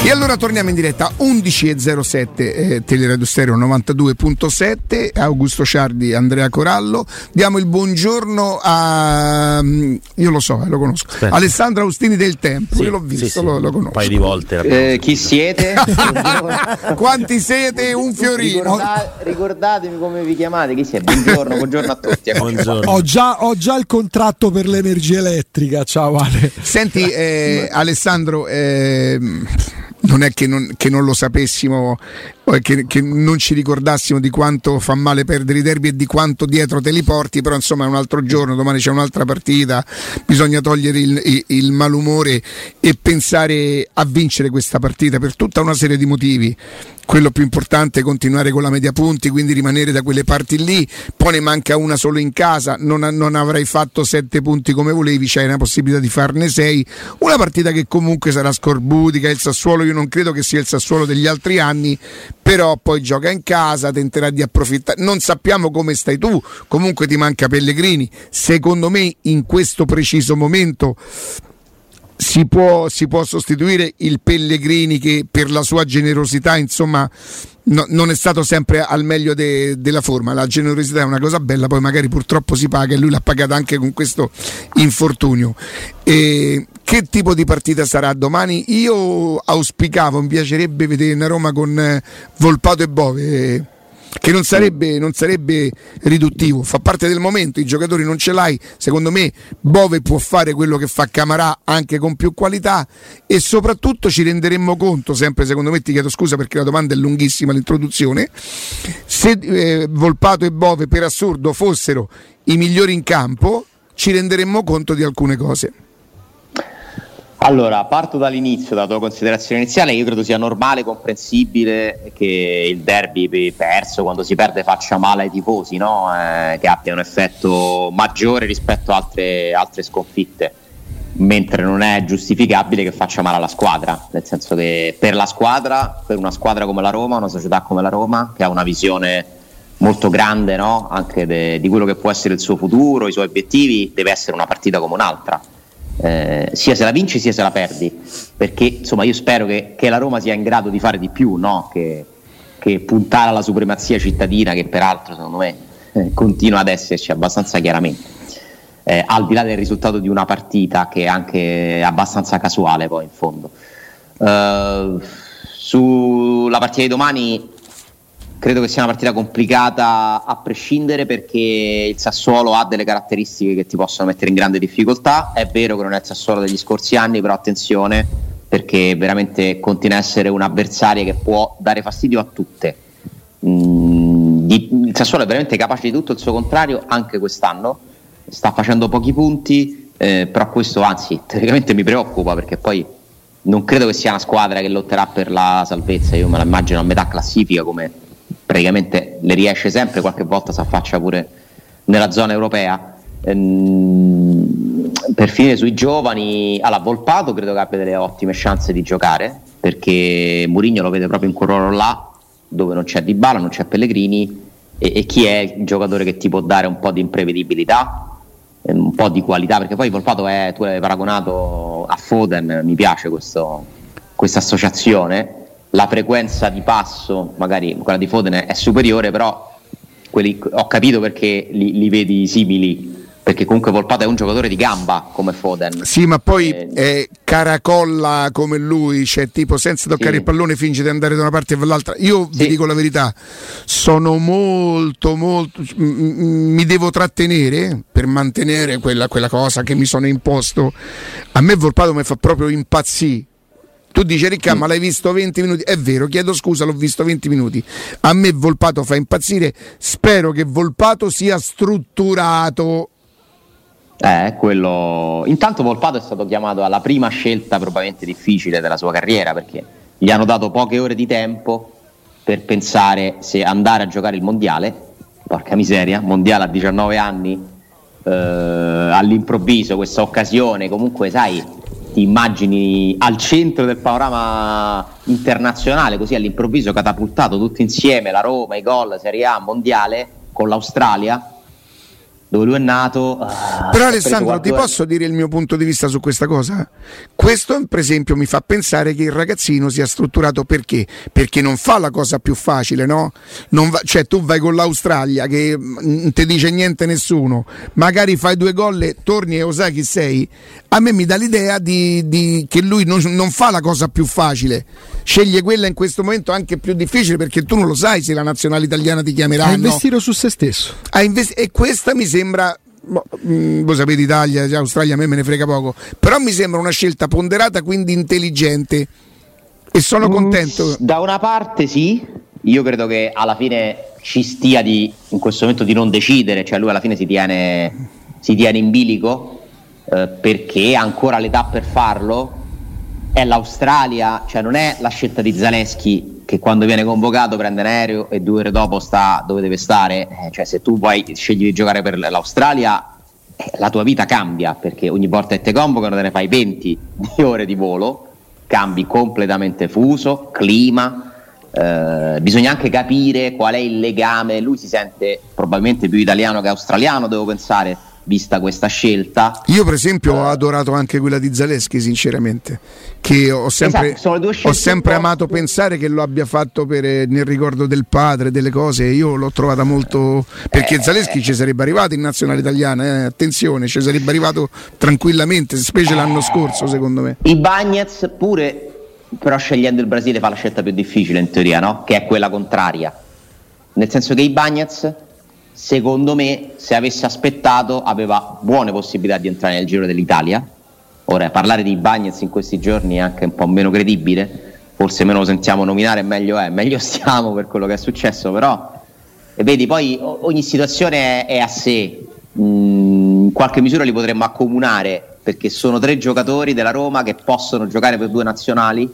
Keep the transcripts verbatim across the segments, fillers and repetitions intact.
E allora torniamo in diretta undici e zero sette, eh, Teleradio Stereo novantadue virgola sette, Augusto Ciardi, Andrea Corallo. Diamo il buongiorno a, io lo so, eh, lo conosco, Aspetta. Alessandro Austini del Tempo, sì, io l'ho visto, sì, sì. Lo, lo conosco. Un paio di volte. Eh, chi siete? Quanti siete? Un fiorino. Ricorda- ricordatemi come vi chiamate, chi siete? Buongiorno, buongiorno a tutti. Buongiorno. Ho già, ho già il contratto per l'energia elettrica, ciao Ale. Senti eh, Alessandro, eh, non è che non, che non lo sapessimo, che, che non ci ricordassimo di quanto fa male perdere i derby e di quanto dietro te li porti, però insomma è un altro giorno, domani c'è un'altra partita, bisogna togliere il, il, il malumore e pensare a vincere questa partita per tutta una serie di motivi. Quello più importante è continuare con la media punti, quindi rimanere da quelle parti lì. Poi ne manca una solo in casa, non, non avrai fatto sette punti come volevi, c'hai una possibilità di farne sei. Una partita che comunque sarà scorbutica. Il Sassuolo, io non credo che sia il Sassuolo degli altri anni, però poi gioca in casa, tenterà di approfittare. Non sappiamo come stai tu, comunque ti manca Pellegrini. Secondo me in questo preciso momento Si può, si può sostituire il Pellegrini che per la sua generosità insomma no, non è stato sempre al meglio de, della forma. La generosità è una cosa bella, poi magari purtroppo si paga e lui l'ha pagata anche con questo infortunio. E che tipo di partita sarà domani? Io auspicavo, mi piacerebbe vedere una Roma con Volpato e Bove, che non sarebbe, non sarebbe riduttivo, fa parte del momento, i giocatori non ce l'hai, secondo me Bove può fare quello che fa Camarà anche con più qualità e soprattutto ci renderemmo conto, sempre secondo me, ti chiedo scusa perché la domanda è lunghissima, l'introduzione, se eh, Volpato e Bove per assurdo fossero i migliori in campo ci renderemmo conto di alcune cose. Allora, parto dall'inizio, dalla tua considerazione iniziale. Io credo sia normale, comprensibile che il derby perso, quando si perde, faccia male ai tifosi, no? Eh, che abbia un effetto maggiore rispetto a altre, altre sconfitte, mentre non è giustificabile che faccia male alla squadra, nel senso che per la squadra, per una squadra come la Roma, una società come la Roma, che ha una visione molto grande, no? Anche de, di quello che può essere il suo futuro, i suoi obiettivi, deve essere una partita come un'altra. Eh, sia se la vinci sia se la perdi, perché insomma io spero che, che la Roma sia in grado di fare di più, no? che, che puntare alla supremazia cittadina, che peraltro secondo me eh, continua ad esserci abbastanza chiaramente, eh, al di là del risultato di una partita che è anche abbastanza casuale poi in fondo. Uh, sulla partita di domani credo che sia una partita complicata a prescindere, perché il Sassuolo ha delle caratteristiche che ti possono mettere in grande difficoltà. È vero che non è il Sassuolo degli scorsi anni, però attenzione, perché veramente continua a essere un'avversaria che può dare fastidio a tutte. Mm, il Sassuolo è veramente capace di tutto il suo contrario anche quest'anno, sta facendo pochi punti, eh, però questo anzi teoricamente mi preoccupa, perché poi non credo che sia una squadra che lotterà per la salvezza. Io me la immagino a metà classifica, come praticamente le riesce sempre, qualche volta si affaccia pure nella zona europea. Ehm, per finire sui giovani, allora Volpato credo che abbia delle ottime chance di giocare, perché Mourinho lo vede proprio in quel ruolo là, dove non c'è Dybala, non c'è Pellegrini, e, e chi è il giocatore che ti può dare un po' di imprevedibilità, un po' di qualità, perché poi Volpato è, tu l'hai paragonato a Foden, mi piace questo, questa associazione. La frequenza di passo, magari quella di Foden è superiore, però quelli, ho capito perché li, li vedi simili, perché comunque Volpato è un giocatore di gamba come Foden. Sì, ma poi eh, è caracolla come lui, cioè tipo senza toccare sì. il pallone finge di andare da una parte e dall'altra. Io sì. vi dico la verità, sono molto molto m- mi devo trattenere per mantenere quella, quella cosa che mi sono imposto. A me Volpato mi fa proprio impazzire. Tu dici Ricca, ma l'hai visto venti minuti? È vero, chiedo scusa, l'ho visto venti minuti. A me Volpato fa impazzire. Spero che Volpato sia strutturato. Eh, quello. Intanto Volpato è stato chiamato alla prima scelta probabilmente difficile della sua carriera, perché gli hanno dato poche ore di tempo per pensare se andare a giocare il mondiale. Porca miseria, mondiale a diciannove anni, eh, all'improvviso questa occasione, comunque sai, ti immagini al centro del panorama internazionale, così all'improvviso catapultato tutti insieme, la Roma, i gol, Serie A, mondiale con l'Australia. dove lui è nato. Però Alessandro, ti posso dire il mio punto di vista su questa cosa? Questo per esempio mi fa pensare che il ragazzino sia strutturato perché? Perché non fa la cosa più facile, no? Non va, cioè tu vai con l'Australia che non ti dice niente nessuno, magari fai due gol e torni e lo sai chi sei. A me mi dà l'idea di, di che lui non, non fa la cosa più facile, sceglie quella in questo momento anche più difficile, perché tu non lo sai se la nazionale italiana ti chiamerà. Ha investito su se stesso. Ha invest- e questa mi sembra, voi sapete, Italia, Australia, a me me ne frega poco, però mi sembra una scelta ponderata, quindi intelligente, e sono contento. Da una parte sì, io credo che alla fine ci stia di, in questo momento, di non decidere, cioè lui alla fine si tiene, si tiene in bilico, eh, perché ha ancora l'età per farlo, è l'Australia, cioè non è la scelta di Zalewski che quando viene convocato prende un aereo e due ore dopo sta dove deve stare, eh, cioè se tu poi scegli di giocare per l'Australia, eh, la tua vita cambia, perché ogni volta che te convocano te ne fai venti di ore di volo, cambi completamente fuso, clima, eh, bisogna anche capire qual è il legame. Lui si sente probabilmente più italiano che australiano, devo pensare, vista questa scelta. Io per esempio ho adorato anche quella di Zalewski, sinceramente, che ho sempre, esatto, ho sempre amato pensare che lo abbia fatto per, nel ricordo del padre, delle cose. Io l'ho trovata molto, perché eh, Zalewski ci sarebbe arrivato in nazionale italiana, eh, attenzione, ci sarebbe arrivato tranquillamente, specie l'anno scorso, secondo me. I Bagnez pure, però scegliendo il Brasile fa la scelta più difficile in teoria, no? Che è quella contraria, nel senso che i Bagnez, secondo me, se avesse aspettato aveva buone possibilità di entrare nel Giro dell'Italia. Ora, parlare di Bagnez in questi giorni è anche un po' meno credibile, forse meno lo sentiamo nominare meglio è, meglio stiamo per quello che è successo, però e vedi, poi ogni situazione è, è a sé, mm, in qualche misura li potremmo accomunare, perché sono tre giocatori della Roma che possono giocare per due nazionali,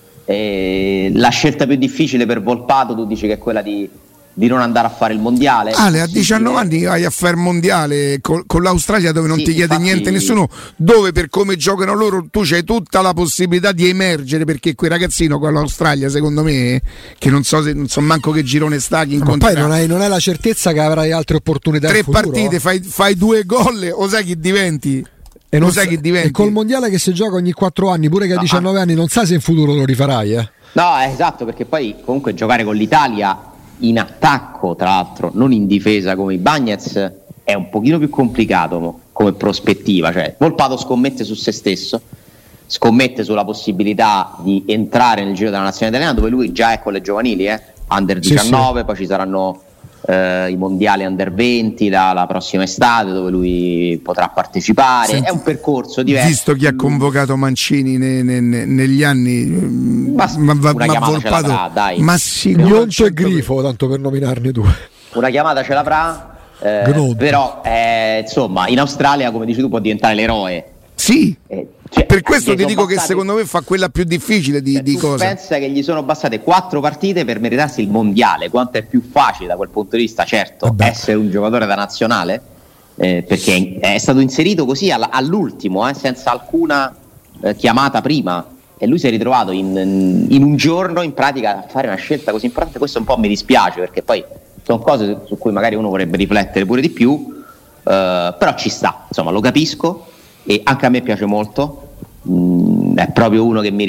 e la scelta più difficile per Volpato tu dici che è quella di di non andare a fare il mondiale. Ale, a diciannove anni vai a fare il mondiale con, con l'Australia, dove non sì, ti chiede infatti, niente nessuno, dove per come giocano loro tu c'hai tutta la possibilità di emergere, perché quel ragazzino con l'Australia, secondo me, che non so se non so manco che girone sta, chi incontra. Ma poi non hai, non hai la certezza che avrai altre opportunità. Tre in futuro, partite, fai, fai due gol, o sai chi diventi? E non sai chi diventi? E col mondiale che si gioca ogni quattro anni, pure che a diciannove anni, non sai se in futuro lo rifarai, eh? No, esatto, perché poi comunque giocare con l'Italia in attacco, tra l'altro, non in difesa come i Bagnez, è un pochino più complicato come prospettiva. Cioè, Volpato scommette su se stesso, scommette sulla possibilità di entrare nel Giro della Nazionale Italiana, dove lui già è con le giovanili, eh? Under diciannove, sì, sì. Poi ci saranno eh, i mondiali Under venti la, la prossima estate, dove lui potrà partecipare. Senti, è un percorso diverso. Visto chi ha convocato Mancini ne, ne, ne, negli anni, ma, ma, ma, una ma Volpato, l'avrà, dai. Ma sì, Gnonto e Grifo, tanto per nominarne due. Una chiamata ce l'avrà, eh, però eh, insomma in Australia, come dici tu, può diventare l'eroe. Sì, eh, cioè, per questo ti dico bastate, che secondo me fa quella più difficile di, cioè, di tu cosa. Pensa che gli sono bastate quattro partite per meritarsi il mondiale, quanto è più facile da quel punto di vista, certo, Vabbè. essere un giocatore da nazionale, eh, perché è stato inserito così all- all'ultimo, eh, senza alcuna eh, chiamata prima, e lui si è ritrovato in, in un giorno in pratica a fare una scelta così importante. Questo un po' mi dispiace, perché poi sono cose su cui magari uno vorrebbe riflettere pure di più, eh, però ci sta, insomma, lo capisco. E anche a me piace molto, mm, è proprio uno che mi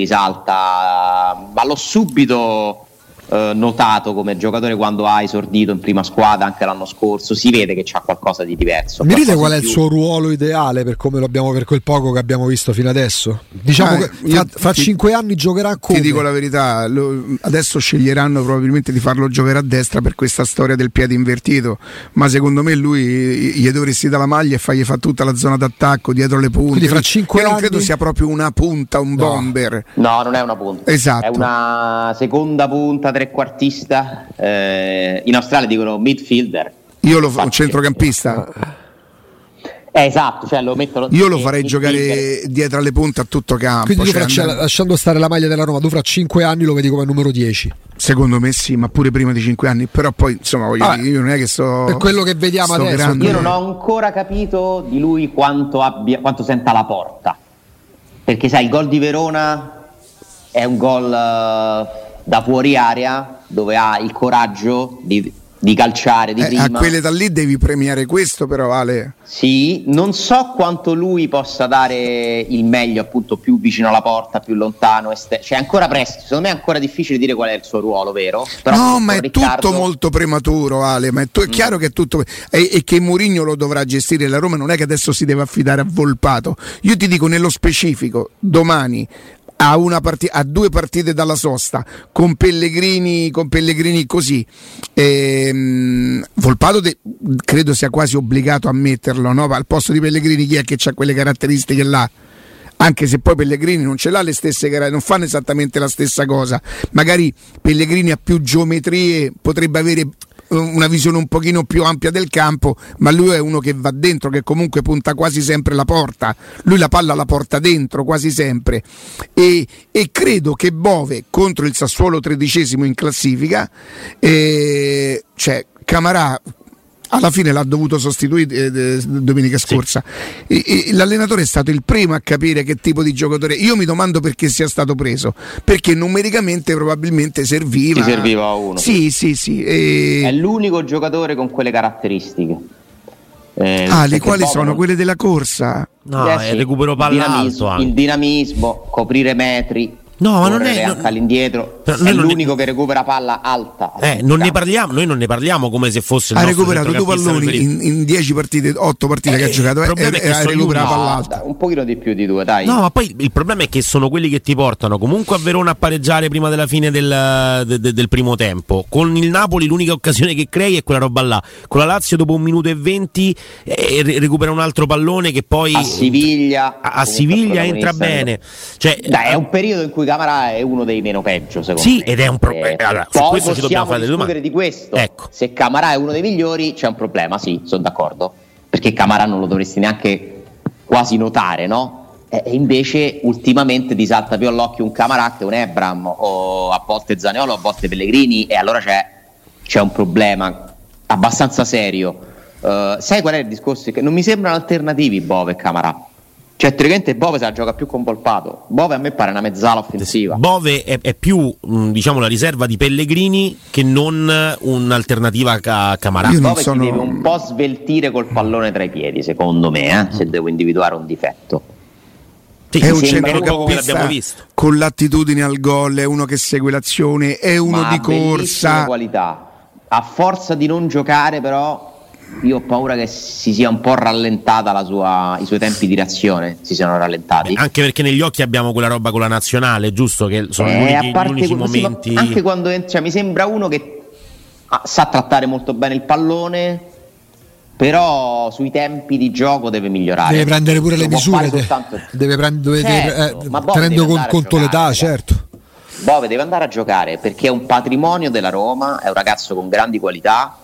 risalta, ma l'ho subito eh, notato come giocatore quando ha esordito in prima squadra anche l'anno scorso. Si vede che c'ha qualcosa di diverso. Mi dite qual è il suo ruolo ideale per come lo abbiamo, per quel poco che abbiamo visto fino adesso? Diciamo ah, che fra, fra ti, cinque anni giocherà come? Ti dico la verità, lo, adesso sceglieranno probabilmente di farlo giocare a destra per questa storia del piede invertito, ma secondo me lui gli dovresti dare la maglia e fargli fa tutta la zona d'attacco dietro le punte. Quindi fra cinque Io anni... non credo sia proprio una punta, un no. bomber. No, non è una punta. Esatto. È una seconda punta, trequartista. Eh, in Australia dicono midfielder. Io lo faccio un centrocampista. Eh, esatto, cioè lo mettono. Io lo farei giocare dietro alle punte a tutto campo. Quindi tu cioè fra, andare... lasciando stare la maglia della Roma, tu fra cinque anni lo vedi come numero dieci? Secondo me sì, ma pure prima di cinque anni. Però poi insomma voglio ah, dire, io non è che sto. Per quello che vediamo adesso. Grande... Io non ho ancora capito di lui quanto abbia, quanto senta la porta. Perché sai, il gol di Verona è un gol uh, da fuori area, dove ha il coraggio di di calciare di eh, prima. A quelle da lì devi premiare questo però, Ale. Sì, non so quanto lui possa dare il meglio, appunto più vicino alla porta, più lontano, ester- cioè ancora presto, secondo me è ancora difficile dire qual è il suo ruolo, vero? Però no, ma è Riccardo... tutto molto prematuro, Ale, ma è, tu- è chiaro mm. che è tutto e, e che Mourinho lo dovrà gestire. La Roma non è che adesso si deve affidare a Volpato. Io ti dico nello specifico, domani a, una partita, a due partite dalla sosta con Pellegrini, con Pellegrini così ehm, Volpato de, credo sia quasi obbligato a metterlo, no? Al posto di Pellegrini chi è che ha quelle caratteristiche là? Anche se poi Pellegrini non ce l'ha le stesse caratteristiche, non fanno esattamente la stessa cosa, magari Pellegrini ha più geometrie, potrebbe avere una visione un pochino più ampia del campo, ma lui è uno che va dentro, che comunque punta quasi sempre la porta, lui la palla la porta dentro quasi sempre, e, e credo che Bove contro il Sassuolo tredicesimo in classifica, eh, cioè Camarà alla fine l'ha dovuto sostituire eh, domenica scorsa, sì. e, e, l'allenatore è stato il primo a capire che tipo di giocatore. Io mi domando perché sia stato preso, perché numericamente probabilmente serviva ci serviva uno, sì sì sì e... è l'unico giocatore con quelle caratteristiche. Eh, ah, le quali sono non... quelle della corsa? No, eh, sì. Il recupero palla alto, anche. Il dinamismo, coprire metri. No, ma non è anche non... all'indietro, è l'unico ne... che recupera palla alta. Eh, non ne parliamo, noi non ne parliamo come se fosse il ha recuperato due palloni in, in dieci partite, otto partite eh, che ha giocato, il problema eh, è che ha recuperato no, palla alta. Un pochino di più di due, dai. No, ma poi il problema è che sono quelli che ti portano comunque a Verona a pareggiare prima della fine del, de, de, del primo tempo. Con il Napoli l'unica occasione che crei è quella roba là. Con la Lazio dopo un minuto e venti eh, recupera un altro pallone che poi a Siviglia a, a Siviglia entra bene. Cioè, dai, è un periodo in cui Camarà è uno dei meno peggio, secondo sì, me. ed è un problema. Eh, allora, su questo ci dobbiamo fare delle domande. Di questo. Ecco. Se Camarà è uno dei migliori, c'è un problema, sì, sono d'accordo. Perché Camarà non lo dovresti neanche quasi notare, no? E invece ultimamente ti salta più all'occhio un Camarà che un Ebram, o a volte Zaniolo, a volte Pellegrini, e allora c'è, c'è un problema abbastanza serio. Uh, sai qual è il discorso? Che non mi sembrano alternativi Bove e Camarà. Cioè, teoricamente Bove se la gioca più con Volpato. Bove a me pare una mezzala offensiva. Bove è, è più mh, diciamo la riserva di Pellegrini che non un'alternativa a Camarà. Bove sono... si deve un po' sveltire col pallone tra i piedi, secondo me, eh, se devo individuare un difetto. Sì, è un centrocampista con l'attitudine al gol, è uno che segue l'azione, è uno ma di corsa. Qualità. A forza di non giocare, però, io ho paura che si sia un po' rallentata la sua, i suoi tempi di reazione si siano rallentati. Beh, anche perché negli occhi abbiamo quella roba con la nazionale, giusto? Che sono eh, gli unici, a parte gli unici quello, momenti. Sì, anche quando cioè, mi sembra uno che ah, sa trattare molto bene il pallone, però sui tempi di gioco deve migliorare. Deve prendere pure non le misure, de- soltanto... deve prendere, certo, eh, ma tenendo con, conto l'età, certo. Bove deve andare a giocare perché è un patrimonio della Roma, è un ragazzo con grandi qualità.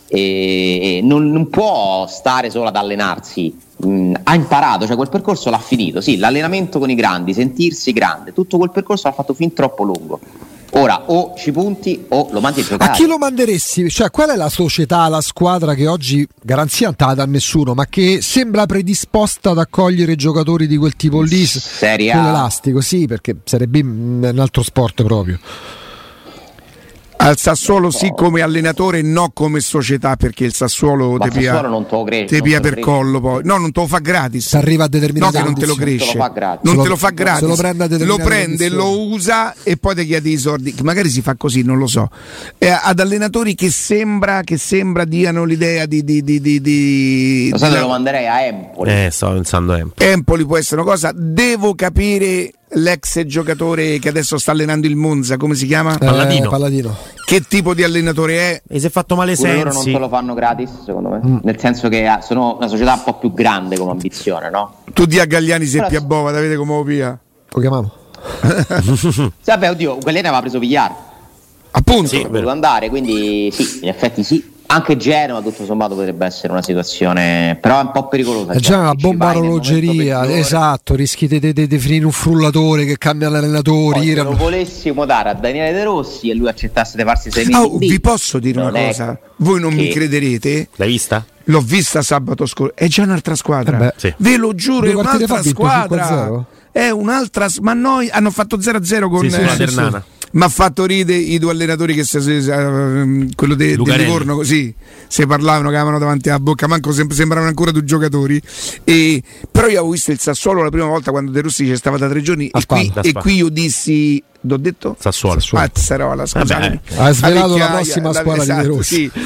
E non, non può stare solo ad allenarsi, mm, ha imparato, cioè quel percorso l'ha finito, sì, l'allenamento con i grandi, sentirsi grande, tutto quel percorso l'ha fatto fin troppo lungo. Ora o ci punti o lo mandi a giocare. A chi lo manderesti? Cioè, qual è la società, la squadra che oggi garanzia non te la dà nessuno, ma che sembra predisposta ad accogliere giocatori di quel tipo lì? Serie A. Con l'elastico, sì, perché sarebbe un altro sport proprio. Al Sassuolo sì come allenatore, no come società, perché il Sassuolo te pia, non te lo cre- te pia per cresce. collo poi. No, non te lo fa gratis. Si arriva a determinate no, che non te lo cresce. Non te lo, non lo, te lo fa gratis. Lo prende, lo, prende lo usa e poi ti chiede i soldi. Magari si fa così, non lo so. Eh, ad allenatori che sembra che sembra diano l'idea di di di di, di lo, so, di lo manderei a Empoli. Eh, stavo pensando a Empoli. Empoli può essere una cosa, devo capire l'ex giocatore che adesso sta allenando il Monza, come si chiama? Eh, Palladino. Palladino. Che tipo di allenatore è? E si è fatto male Sensi. Sensi. Loro non te lo fanno gratis, secondo me. Mm. Nel senso che sono una società un po' più grande come ambizione, no? Tu di a Gagliani se Pia Bova, da vedete come lo pia. Lo chiamiamo? Sì, vabbè, oddio, Gagliani aveva preso Villar. Appunto. Sì, dovuto andare, quindi sì, in effetti sì. Anche Genova tutto sommato potrebbe essere una situazione, però è un po' pericolosa. È già una bomba a orologeria, esatto, rischi di finire un frullatore che cambia l'allenatore. Poi, se lo volessimo dare a Daniele De Rossi e lui accettasse di farsi sei mesi. Oh, vi posso dire non una cosa? Voi non mi crederete? L'hai vista? L'ho vista sabato scorso, è già un'altra squadra. Eh beh, sì. Ve lo giuro, è un'altra squadra. È un'altra, ma noi hanno fatto zero a zero con sì, sì, eh, la Ternana. mi ha fatto ridere i due allenatori che si, si, quello de, del Livorno così se parlavano, che avevano davanti alla bocca, manco sem- sembravano ancora due giocatori. E, però io avevo visto il Sassuolo la prima volta quando De Rossi ci stava da tre giorni e qui, e qui io dissi, l'ho detto? Sassuolo, Pazzarola, scusatemi. Ha svelato la prossima squadra esatto, di De Rossi. Sì.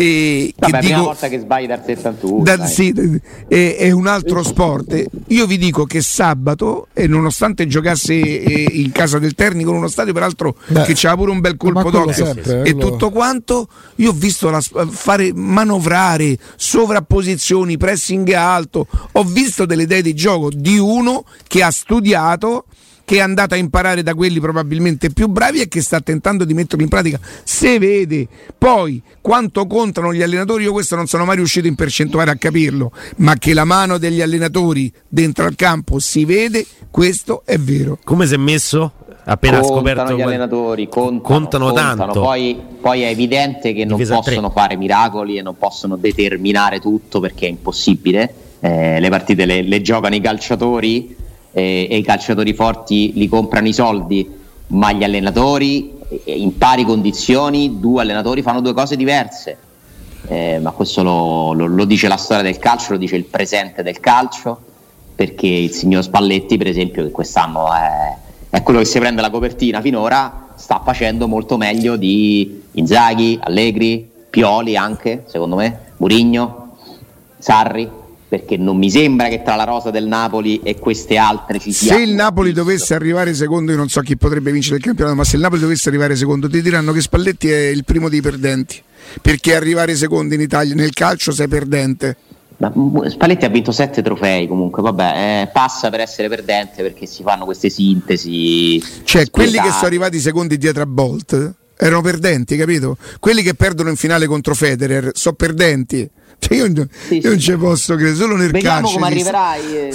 E, Vabbè, che prima dico, volta che sbagli dal settantuno da, sì, è, è un altro sport. Io vi dico che sabato, e nonostante giocasse eh, in casa del Terni con uno stadio peraltro Beh, che c'era pure un bel colpo d'occhio sempre, e quello... tutto quanto, io ho visto la, fare manovrare, sovrapposizioni, pressing alto, ho visto delle idee di gioco di uno che ha studiato, che è andata a imparare da quelli probabilmente più bravi e che sta tentando di metterlo in pratica. Se vede poi quanto contano gli allenatori, io questo non sono mai riuscito in percentuale a capirlo, ma che la mano degli allenatori dentro al campo si vede, questo è vero. Come si è messo? Appena contano scoperto gli allenatori, contano, contano, contano. tanto. Poi, poi è evidente che non Difesa possono tre. fare miracoli e non possono determinare tutto, perché è impossibile. Eh, le partite le, le giocano i calciatori e, e i calciatori forti li comprano i soldi, ma gli allenatori in pari condizioni, due allenatori fanno due cose diverse. Eh, ma questo lo, lo, lo dice la storia del calcio, lo dice il presente del calcio, perché il signor Spalletti, per esempio, che quest'anno è, è quello che si prende la copertina finora, sta facendo molto meglio di Inzaghi, Allegri, Pioli anche, secondo me, Mourinho, Sarri, perché non mi sembra che tra la rosa del Napoli e queste altre ci sia. Se il Napoli dovesse arrivare secondo, io non so chi potrebbe vincere il campionato, ma se il Napoli dovesse arrivare secondo, ti diranno che Spalletti è il primo dei perdenti, perché arrivare secondo in Italia nel calcio sei perdente. Ma Spalletti ha vinto sette trofei comunque, vabbè, eh, passa per essere perdente perché si fanno queste sintesi. Cioè, spietate. quelli che sono arrivati secondi dietro a Bolt erano perdenti, capito? Quelli che perdono in finale contro Federer sono perdenti. Cioè io, sì, io sì. non ci posso credere, solo nel Vediamo calcio. come arriverai. Eh.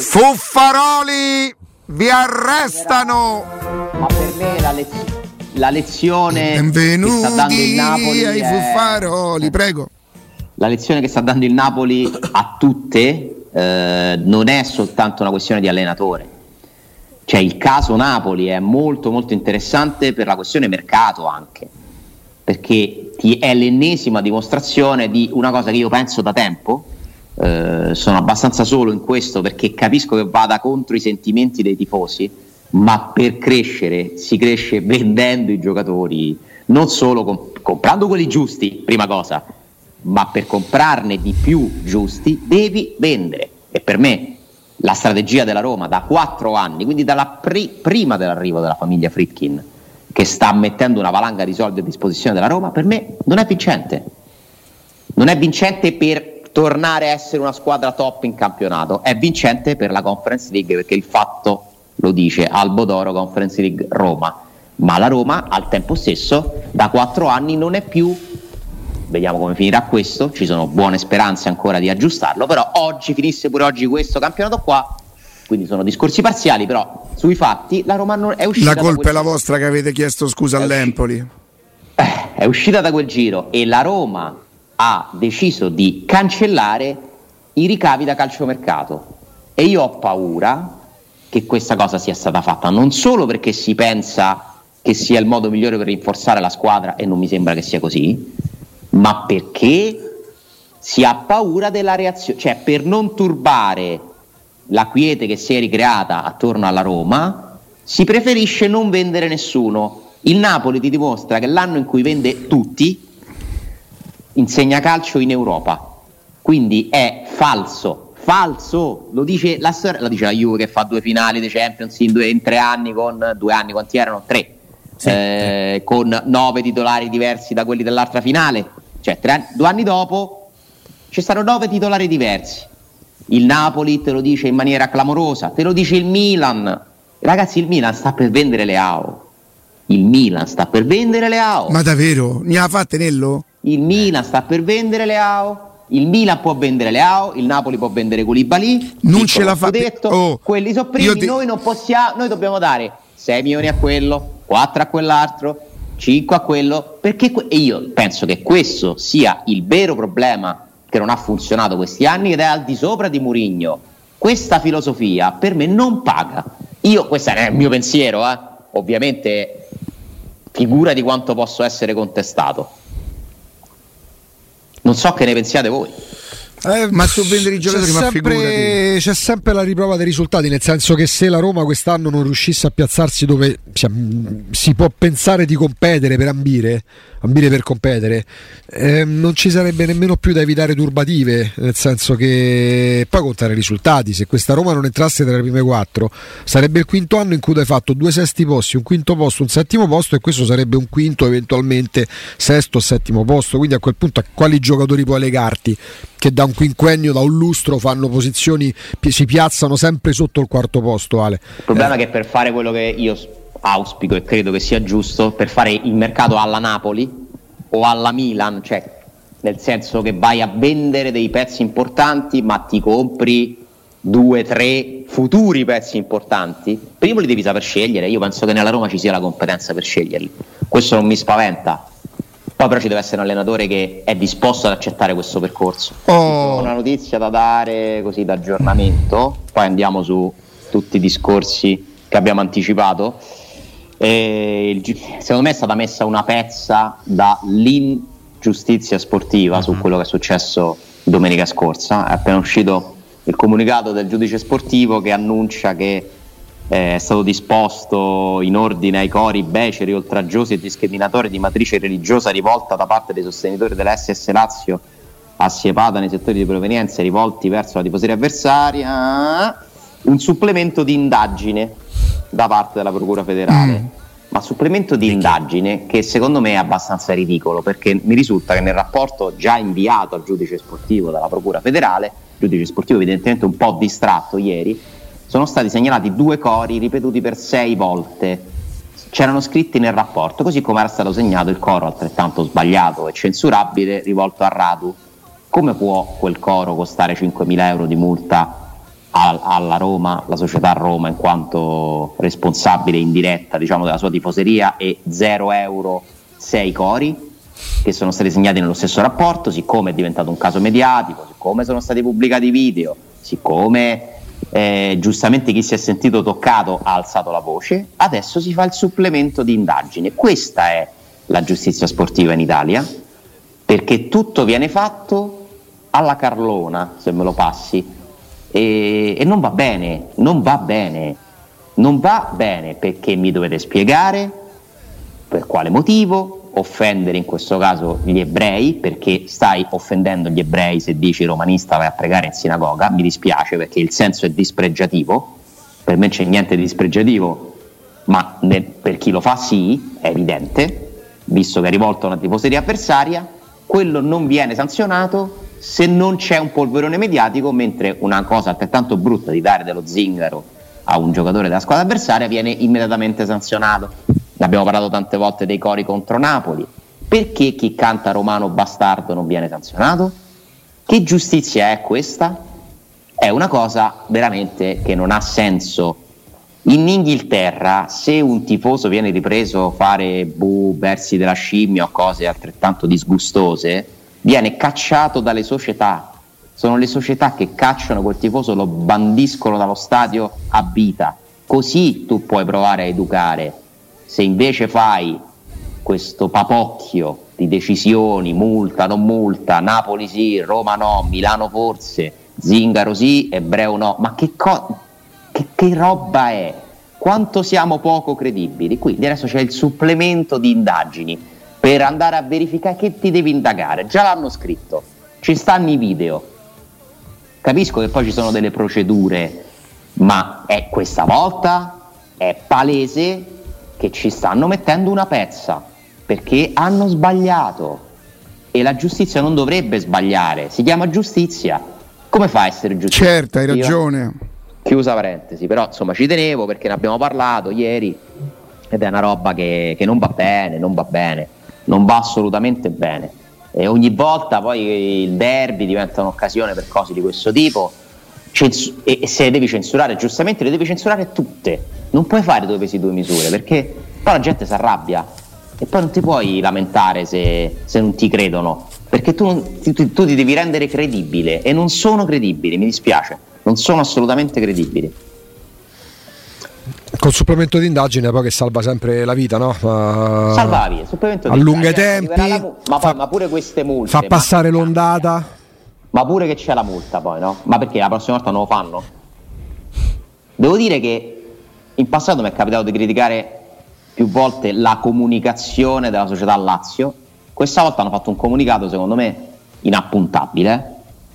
Fuffaroli vi arrestano. Ma per me la, lez- la lezione Benvenuti che sta dando il Napoli ai è... Fuffaroli, prego. La lezione che sta dando il Napoli a tutte eh, non è soltanto una questione di allenatore. Cioè il caso Napoli è molto molto interessante per la questione mercato anche, perché ti è l'ennesima dimostrazione di una cosa che io penso da tempo. Eh, sono abbastanza solo in questo, perché capisco che vada contro i sentimenti dei tifosi, ma per crescere si cresce vendendo i giocatori, non solo comp- comprando quelli giusti, prima cosa, ma per comprarne di più giusti devi vendere. E per me la strategia della Roma da quattro anni, quindi dalla pri- prima dell'arrivo della famiglia Friedkin, che sta mettendo una valanga di soldi a disposizione della Roma, per me non è vincente. Non è vincente per tornare a essere una squadra top in campionato, è vincente per la Conference League, perché il fatto lo dice Albo d'Oro, Conference League Roma, ma la Roma al tempo stesso da quattro anni non è più, vediamo come finirà questo, ci sono buone speranze ancora di aggiustarlo, però oggi finisse pure oggi questo campionato qua, quindi sono discorsi parziali, però sui fatti la Roma non è uscita. La colpa da è la vostra che avete chiesto scusa all'Empoli. Eh, è uscita da quel giro e la Roma ha deciso di cancellare i ricavi da calciomercato, e io ho paura che questa cosa sia stata fatta non solo perché si pensa che sia il modo migliore per rinforzare la squadra, e non mi sembra che sia così, ma perché si ha paura della reazione, cioè per non turbare la quiete che si è ricreata attorno alla Roma si preferisce non vendere nessuno. Il Napoli ti dimostra che l'anno in cui vende tutti insegna calcio in Europa, quindi è falso, falso, lo dice la storia, lo dice la Juve che fa due finali di Champions in, due, in tre anni, con due anni quanti erano? Tre, sì, eh, con nove titolari diversi da quelli dell'altra finale, cioè tre anni, due anni dopo ci stanno nove titolari diversi. Il Napoli te lo dice in maniera clamorosa, te lo dice il Milan, ragazzi, il Milan sta per vendere Leao, il Milan sta per vendere Leao. Ma davvero? Ne ha fatte Nello? Il Milan sta per vendere Leao, il Milan può vendere Leao, il Napoli può vendere Koulibaly, non ce la fa detto, oh, quelli sono primi, ti... noi non possiamo, noi dobbiamo dare sei milioni a quello, quattro a quell'altro, cinque a quello, perché que- e io penso che questo sia il vero problema che non ha funzionato questi anni, ed è al di sopra di Mourinho. Questa filosofia per me non paga. Io, questo è il mio pensiero, eh. Ovviamente figura di quanto posso essere contestato. Non so che ne pensiate voi. Eh, ma su vendere i giocatori, ma figurati. C'è sempre la riprova dei risultati, nel senso che se la Roma quest'anno non riuscisse a piazzarsi dove si può pensare di competere per ambire, ambire per competere, eh, non ci sarebbe nemmeno più da evitare turbative, nel senso che poi contare i risultati. Se questa Roma non entrasse tra le prime quattro, sarebbe il quinto anno in cui tu hai fatto due sesti posti, un quinto posto, un settimo posto, e questo sarebbe un quinto, eventualmente sesto o settimo posto. Quindi a quel punto a quali giocatori puoi legarti che da un quinquennio, da un lustro fanno posizioni, si piazzano sempre sotto il quarto posto, Ale? Il problema eh. è che per fare quello che io auspico e credo che sia giusto, per fare il mercato alla Napoli o alla Milan, cioè nel senso che vai a vendere dei pezzi importanti ma ti compri due, tre futuri pezzi importanti, prima li devi saper scegliere. Io penso che nella Roma ci sia la competenza per sceglierli, questo non mi spaventa. Poi però ci deve essere un allenatore che è disposto ad accettare questo percorso. Oh. Una notizia da dare così d'aggiornamento, poi andiamo su tutti i discorsi che abbiamo anticipato. E il, secondo me è stata messa una pezza dall'ingiustizia sportiva su quello che è successo domenica scorsa. È appena uscito il comunicato del giudice sportivo che annuncia che è stato disposto in ordine ai cori beceri, oltraggiosi e discriminatori di matrice religiosa rivolta da parte dei sostenitori della S S Lazio assiepata nei settori di provenienza rivolti verso la tifoseria avversaria, un supplemento di indagine da parte della Procura Federale. Mm. Ma supplemento di indagine che secondo me è abbastanza ridicolo, perché mi risulta che nel rapporto già inviato al giudice sportivo dalla Procura Federale, giudice sportivo evidentemente un po' distratto ieri, sono stati segnalati due cori ripetuti per sei volte. C'erano scritti nel rapporto, così come era stato segnato il coro altrettanto sbagliato e censurabile rivolto a Radu. Come può quel coro costare cinquemila euro di multa al, alla Roma, la società Roma, in quanto responsabile indiretta, diciamo, della sua tifoseria, e zero euro sei cori che sono stati segnati nello stesso rapporto, siccome è diventato un caso mediatico, siccome sono stati pubblicati video, siccome Eh, giustamente chi si è sentito toccato ha alzato la voce, adesso si fa il supplemento di indagine. Questa è la giustizia sportiva in Italia, perché tutto viene fatto alla Carlona, se me lo passi, e, e non va bene, non va bene, non va bene, perché mi dovete spiegare per quale motivo offendere in questo caso gli ebrei, perché stai offendendo gli ebrei se dici romanista vai a pregare in sinagoga. Mi dispiace, perché il senso è dispregiativo, per me c'è niente di dispregiativo, ma nel, per chi lo fa sì, è evidente, visto che è rivolto a una tifoseria avversaria. Quello non viene sanzionato se non c'è un polverone mediatico, mentre una cosa altrettanto brutta di dare dello zingaro a un giocatore della squadra avversaria viene immediatamente sanzionato. Ne abbiamo parlato tante volte dei cori contro Napoli. Perché chi canta Romano bastardo non viene sanzionato? Che giustizia è questa? È una cosa veramente che non ha senso. In Inghilterra, se un tifoso viene ripreso a fare bu, versi della scimmia o cose altrettanto disgustose, viene cacciato dalle società. Sono le società che cacciano quel tifoso, lo bandiscono dallo stadio a vita. Così tu puoi provare a educare. Se invece fai questo papocchio di decisioni, multa, non multa, Napoli sì, Roma no, Milano forse, Zingaro sì, Ebreo no, ma che, co- che, che roba è? Quanto siamo poco credibili? Quindi adesso c'è il supplemento di indagini per andare a verificare che ti devi indagare. Già l'hanno scritto, ci stanno i video. Capisco che poi ci sono delle procedure, ma è questa volta è palese che ci stanno mettendo una pezza, perché hanno sbagliato, e la giustizia non dovrebbe sbagliare, si chiama giustizia. Come fa a essere giustizia? Certo, hai ragione. Chiusa parentesi, però insomma ci tenevo perché ne abbiamo parlato ieri ed è una roba che, che non va bene, non va bene, non va assolutamente bene, e ogni volta poi il derby diventa un'occasione per cose di questo tipo. Censu- e se le devi censurare, giustamente le devi censurare tutte, non puoi fare due pesi due misure, perché poi la gente si arrabbia e poi non ti puoi lamentare se, se non ti credono, perché tu, non, tu, tu ti devi rendere credibile, e non sono credibili, mi dispiace, non sono assolutamente credibili. Col supplemento di indagine poi che salva sempre la vita, no? Ma... salva la vita, supplemento a di lunghi indagine, tempi, la, ma, fa, poi, ma pure queste multe fa passare ma, l'ondata, ma pure che c'è la multa poi, no? Ma perché la prossima volta non lo fanno? Devo dire che in passato mi è capitato di criticare più volte la comunicazione della società Lazio. Questa volta hanno fatto un comunicato secondo me inappuntabile,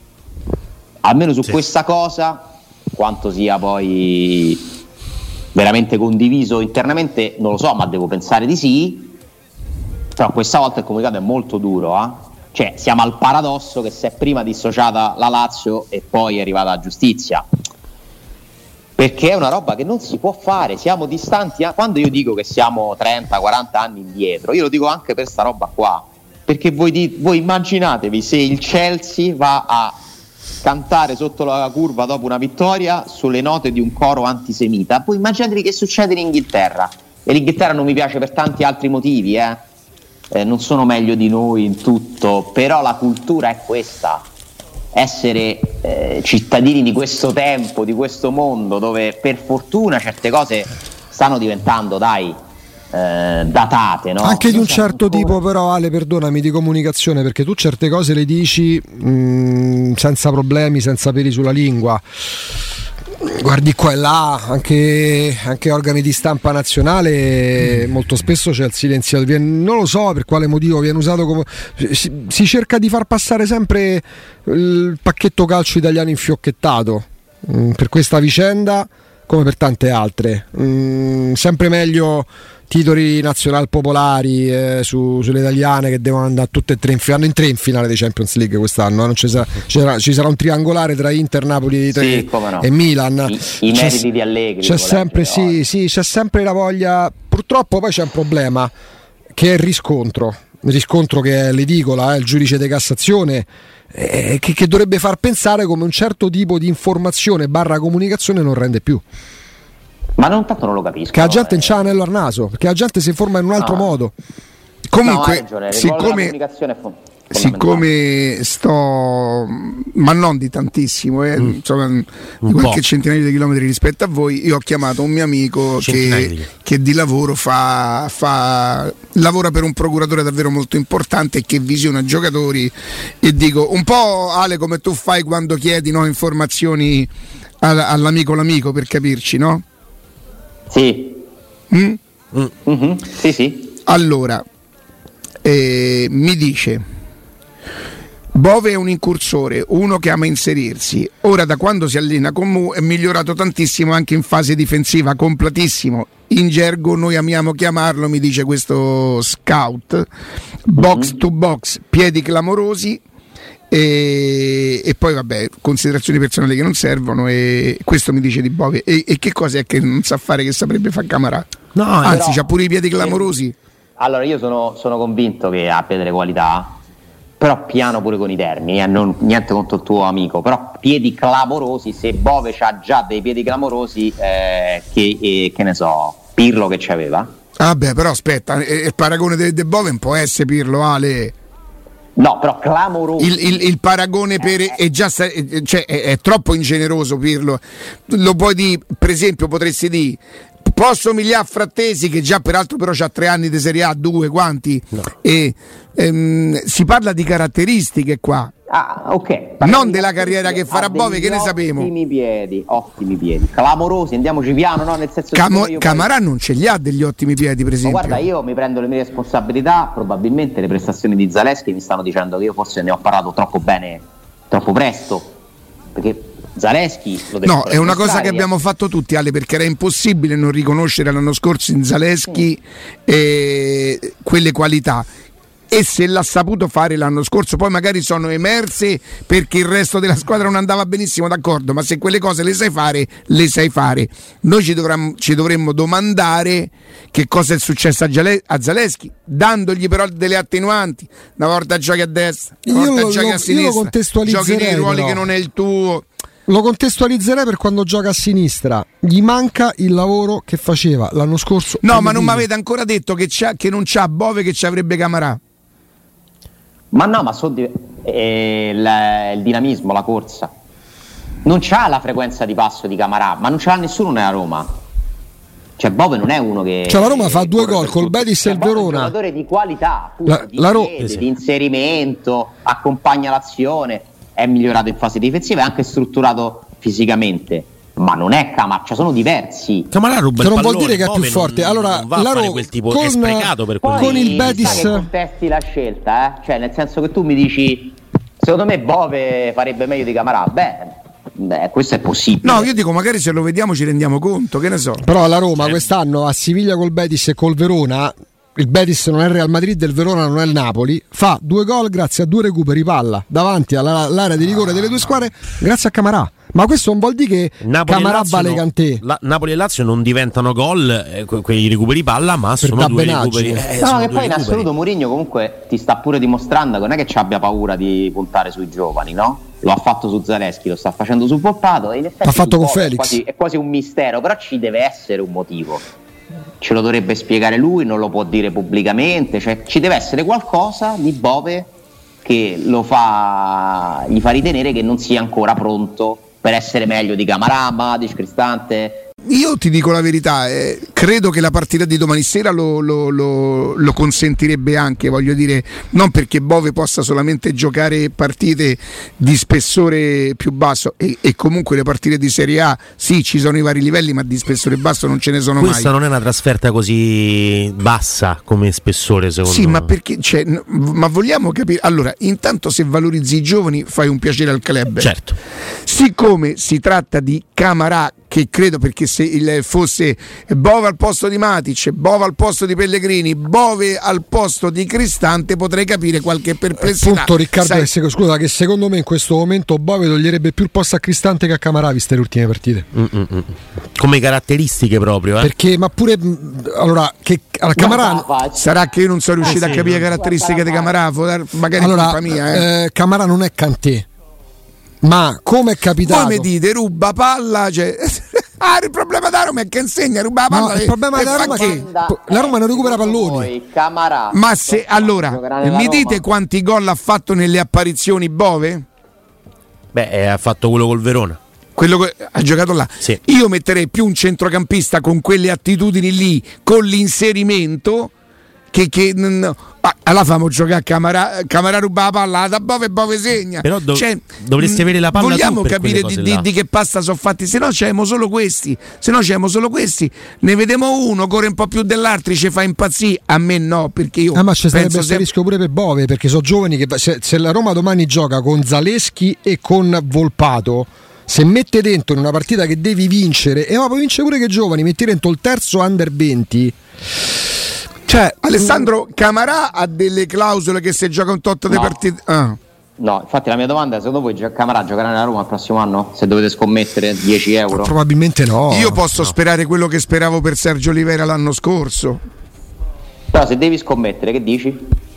almeno su sì. questa cosa. Quanto sia poi veramente condiviso internamente non lo so, ma devo pensare di sì. Però questa volta il comunicato è molto duro, eh? Cioè siamo al paradosso che si è prima dissociata la Lazio e poi è arrivata la giustizia, perché è una roba che non si può fare, siamo distanti. Quando io dico che siamo trenta quaranta anni indietro, io lo dico anche per sta roba qua, perché voi, di, voi immaginatevi se il Chelsea va a cantare sotto la curva dopo una vittoria sulle note di un coro antisemita, poi immaginatevi che succede in Inghilterra. E l'Inghilterra non mi piace per tanti altri motivi, eh? Eh, non sono meglio di noi in tutto, però la cultura è questa, essere eh, cittadini di questo tempo, di questo mondo, dove per fortuna certe cose stanno diventando, dai, Eh, datate, no? Anche di un non certo ancora... tipo, però Ale, perdonami, di comunicazione, perché tu certe cose le dici mh, senza problemi, senza peli sulla lingua. Guardi qua e là, anche, anche organi di stampa nazionale, molto spesso c'è il silenzio, non lo so per quale motivo viene usato come si, si cerca di far passare sempre il pacchetto calcio italiano infiocchettato mh, per questa vicenda come per tante altre. Mh, sempre meglio titoli nazional popolari eh, su, sulle italiane che devono andare tutte e tre in finale, in tre in finale di Champions League quest'anno, non ci sarà, ci sarà, ci sarà un triangolare tra Inter, Napoli sì, no. e Milan. I, i meriti di Allegri c'è sempre, sì, sì, c'è sempre la voglia. Purtroppo poi c'è un problema che è il riscontro, il riscontro che è l'edicola, eh, il giudice di Cassazione. Eh, che, che dovrebbe far pensare come un certo tipo di informazione barra comunicazione non rende più. Ma non tanto non lo capisco. Che la gente eh. non c'ha l'anello al naso, perché la gente si informa in un altro no. modo. Comunque, no, siccome, siccome sto, ma non di tantissimo, eh, mm. insomma, un di qualche po'. centinaio di chilometri rispetto a voi, io ho chiamato un mio amico che, che di lavoro fa, fa lavora per un procuratore davvero molto importante e che visiona giocatori, e dico un po' Ale come tu fai quando chiedi, no, informazioni all'amico l'amico, per capirci, no? Sì. Mm? Mm. Mm-hmm. Sì, sì. Allora, eh, mi dice: Bove è un incursore, uno che ama inserirsi. Ora, da quando si allena con Mu, è migliorato tantissimo anche in fase difensiva, completissimo. In gergo noi amiamo chiamarlo, mi dice questo scout, box mm-hmm. to box, piedi clamorosi. E, e poi vabbè, considerazioni personali che non servono, e questo mi dice di Bove. E, e che cosa è che non sa fare che saprebbe fare Camarà? No, anzi, però, c'ha pure i piedi clamorosi. Allora io sono, sono convinto che abbia delle qualità, però piano pure con i termini, eh, non, niente contro il tuo amico, però piedi clamorosi, se Bove c'ha già dei piedi clamorosi, eh, che, eh, che ne so, Pirlo che c'aveva. Ah beh, però aspetta, il paragone di De Bove non può essere Pirlo, Ale. No, però clamoroso. Il, il, il paragone per eh, è già cioè, è, è troppo ingeneroso, Pirlo. Lo puoi dire, per esempio, potresti dire può somigliare a Frattesi, che già peraltro però c'ha tre anni di Serie A, due quanti, no. e ehm, si parla di caratteristiche qua. Ah, ok. Non della carriera che farà Bove, che ne sappiamo. Ottimi piedi, ottimi piedi, clamorosi, andiamoci piano, no? Nel senso Camo- che Camarà poi... non ce li ha degli ottimi piedi, per esempio. Ma guarda, io mi prendo le mie responsabilità, probabilmente le prestazioni di Zaleschi mi stanno dicendo che io forse ne ho parlato troppo bene, troppo presto, perché Zaleschi lo deve no, è una cosa che abbiamo fatto tutti, Ale, perché era impossibile non riconoscere l'anno scorso in Zaleschi sì. eh, quelle qualità. E se l'ha saputo fare l'anno scorso, poi magari sono emerse perché il resto della squadra non andava benissimo, d'accordo, ma se quelle cose le sai fare, le sai fare. Noi ci, dovremmo, ci dovremmo domandare che cosa è successo a, Giale, a Zaleschi, dandogli però delle attenuanti. Una volta giochi a destra, una volta io giochi lo, a sinistra, giochi nei ruoli però. che non è il tuo. Lo contestualizzerei per quando gioca a sinistra. Gli manca il lavoro che faceva l'anno scorso. No, ma non mi avete ancora detto che, c'ha, che non c'ha Bove, che ci avrebbe Camarà. Ma no, ma so di, eh, la, il dinamismo, la corsa. Non c'ha la frequenza di passo di Camarà, ma non ce l'ha nessuno nella Roma. Cioè Bove non è uno che... Cioè la Roma fa due gol col Betis e il Verona. È un giocatore di qualità, appunto, la, di, la Ro- piede, di inserimento, accompagna l'azione, è migliorato in fase difensiva, è anche strutturato fisicamente. Ma non è Camarà, cioè sono diversi. Camarà ruba che il non pallone, vuol dire che è più non, forte. Allora, non va la a fare Ro- quel tipo, con, è sprecato per Poi, quello. con il Betis che contesti la scelta, eh? Cioè nel senso che tu mi dici secondo me Bove farebbe meglio di Camarà. Beh, beh, questo è possibile. No, io dico magari se lo vediamo ci rendiamo conto, che ne so. Però la Roma quest'anno a Siviglia col Betis e col Verona, il Betis non è il Real Madrid, il Verona non è il Napoli, fa due gol grazie a due recuperi palla davanti alla, all'area di rigore delle due squadre grazie a Camarà. Ma questo non vuol dire che Napoli Camarà Lazio vale no, Cantè. La, Napoli e Lazio non diventano gol eh, que- quei recuperi palla, ma Per sono due dabbenaggine. recuperi. Eh, No, sono che due poi in recuperi. assoluto Mourinho comunque ti sta pure dimostrando che non è che ci abbia paura di puntare sui giovani, no? Lo ha fatto su Zaleschi, lo sta facendo su Volpato e in effetti L'ha fatto con Bove è Felix. quasi, è quasi un mistero, però ci deve essere un motivo. Ce lo dovrebbe spiegare lui, non lo può dire pubblicamente, cioè ci deve essere qualcosa di Bove che lo fa, gli fa ritenere che non sia ancora pronto per essere meglio di Camarà, Matic, Cristante. Io ti dico la verità, eh, credo che la partita di domani sera lo, lo, lo, lo consentirebbe anche, voglio dire, non perché Bove possa solamente giocare partite di spessore più basso e, e comunque le partite di Serie A, sì, ci sono i vari livelli, ma di spessore basso non ce ne sono Questa mai. non è una trasferta così bassa come spessore, secondo Sì, me. ma perché, cioè, n- ma vogliamo capire? Allora, intanto se valorizzi i giovani fai un piacere al club. Certo. Siccome si tratta di Camarà, che credo perché se il, fosse Bove al posto di Matic, Bove al posto di Pellegrini, Bove al posto di Cristante, potrei capire qualche perplessità. Punto Riccardo, Sai, che se- scusa, che secondo me in questo momento Bove toglierebbe più il posto a Cristante che a Camarà viste le ultime partite. Mm-mm. Come caratteristiche proprio, eh? Perché, ma pure mh, allora che alla Camarà sarà che io non sono riuscito sì, a capire no. le caratteristiche di Camarà, magari allora, è colpa mia. Eh. eh, Camarà non è Cantè, ma come è capitato? Voi mi dite ruba palla, cioè... Ah, il problema da Roma è che insegna ruba la No, palla. il problema e della fa Roma è che? che la Roma non recupera palloni. Poi Camarà. Ma se allora mi dite quanti gol ha fatto nelle apparizioni Bove? Beh, eh, ha fatto quello col Verona. Quello che ha giocato là. Sì. Io metterei più un centrocampista con quelle attitudini lì, con l'inserimento, che, che no. Ah, allora famo giocare a Camarà, Camarà ruba la palla da Bove e Bove segna. Però dov- Cioè, dovresti mh, avere la palla vogliamo tu per capire quelle di, cose di, là. di che pasta sono fatti, se no c'erano solo questi, se no c'erano solo questi, ne vediamo uno, corre un po' più dell'altro, ci fa impazzire, a me no, perché io Ah, ma c'è sarebbe penso questo sempre- rischio pure per Bove, perché sono giovani che se, se la Roma domani gioca con Zaleschi e con Volpato, se mette dentro in una partita che devi vincere, e ma puoi vincere pure che giovani, metti dentro il terzo under venti. Cioè, Alessandro Camarà ha delle clausole che se gioca un tot di No. partite. Ah. No, infatti la mia domanda è: secondo voi Gio- Camarà giocherà nella Roma il prossimo anno? Se dovete scommettere dieci euro? probabilmente no. Io posso sperare quello che speravo per Sergio Oliveira l'anno scorso. Però se devi scommettere, che dici?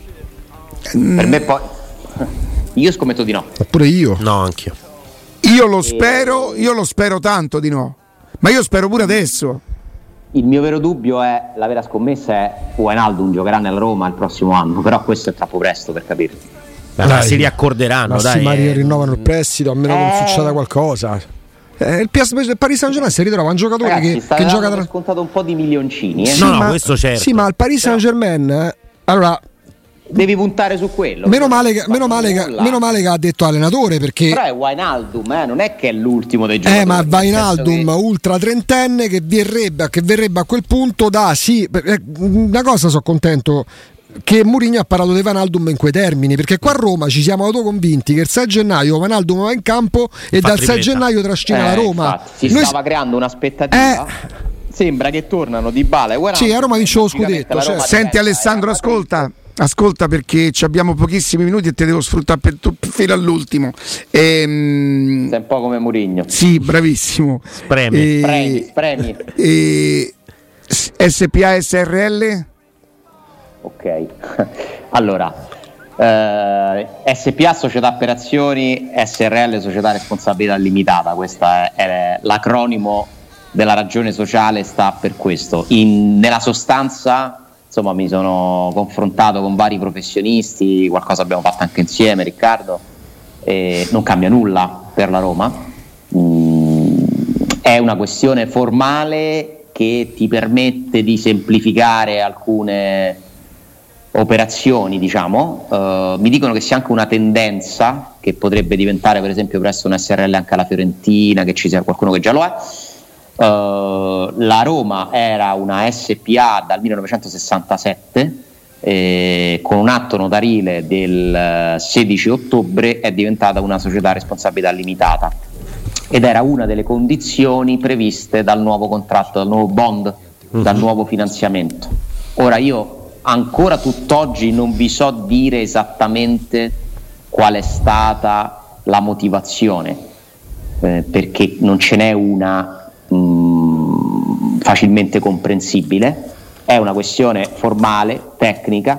Mm. Per me poi. Io scommetto di no. Pure io. No, anch'io. Io lo spero, io lo spero tanto di no. Ma io spero pure adesso. Il mio vero dubbio è, la vera scommessa è Wijnaldum giocherà nella Roma il prossimo anno, però questo è troppo presto per capirlo. Beh, ma Dai. si riaccorderanno, Ma dai. sì, ma eh. rinnovano il prestito, a meno che non Eh. succeda qualcosa. Eh, il P S V, il Paris Saint-Germain si ritrova un giocatore Ragazzi, che, state che dando gioca per tra... scontato un po' di milioncini, eh? No, no, questo certo. Sì, ma il Paris Saint-Germain, eh, allora, Devi puntare su quello. meno male, che, meno, male che, Nulla. meno male che ha detto allenatore, perché Però è Wijnaldum, eh? Non è che è l'ultimo dei giocatori. Eh, ma nel senso Wijnaldum, che- ultra trentenne, che verrebbe, che verrebbe a quel punto da sì. eh, Una cosa sono contento che Mourinho ha parlato di Wijnaldum in quei termini, perché qua a Roma ci siamo autoconvinti che il sei gennaio Wijnaldum va in campo e Fa dal sei tripletta. gennaio trascina Eh, la Roma. infatti, si Noi- stava creando un'aspettativa. Eh. Sembra che tornano Dybala e Wijnaldum. Sì, a Roma vince lo Logicamente scudetto, la cioè. Roma Senti diventa Alessandro, Real Madrid. ascolta. Ascolta perché ci abbiamo pochissimi minuti e te devo sfruttare per tu, fino all'ultimo. Ehm, Sei un po' come Mourinho. sì, bravissimo. Spremi. E- Premi, premi. e- S P A S R L? Ok. Allora, eh, S P A Società per Azioni, S R L Società Responsabilità Limitata, questo è, è l'acronimo della ragione sociale, sta per questo. In- nella sostanza, insomma, mi sono confrontato con vari professionisti, qualcosa abbiamo fatto anche insieme, Riccardo, e non cambia nulla per la Roma. Mm, è una questione formale che ti permette di semplificare alcune operazioni, diciamo. Uh, mi dicono che sia anche una tendenza che potrebbe diventare per esempio presto un S R L anche alla Fiorentina, che ci sia qualcuno che già lo è. Uh, la Roma era una S P A dal millenovecentosessantasette, eh, con un atto notarile del sedici ottobre è diventata una società a responsabilità limitata ed era una delle condizioni previste dal nuovo contratto, dal nuovo bond, dal nuovo finanziamento. Ora io ancora tutt'oggi non vi so dire esattamente qual è stata la motivazione, eh, perché non ce n'è una mh, facilmente comprensibile, è una questione formale, tecnica,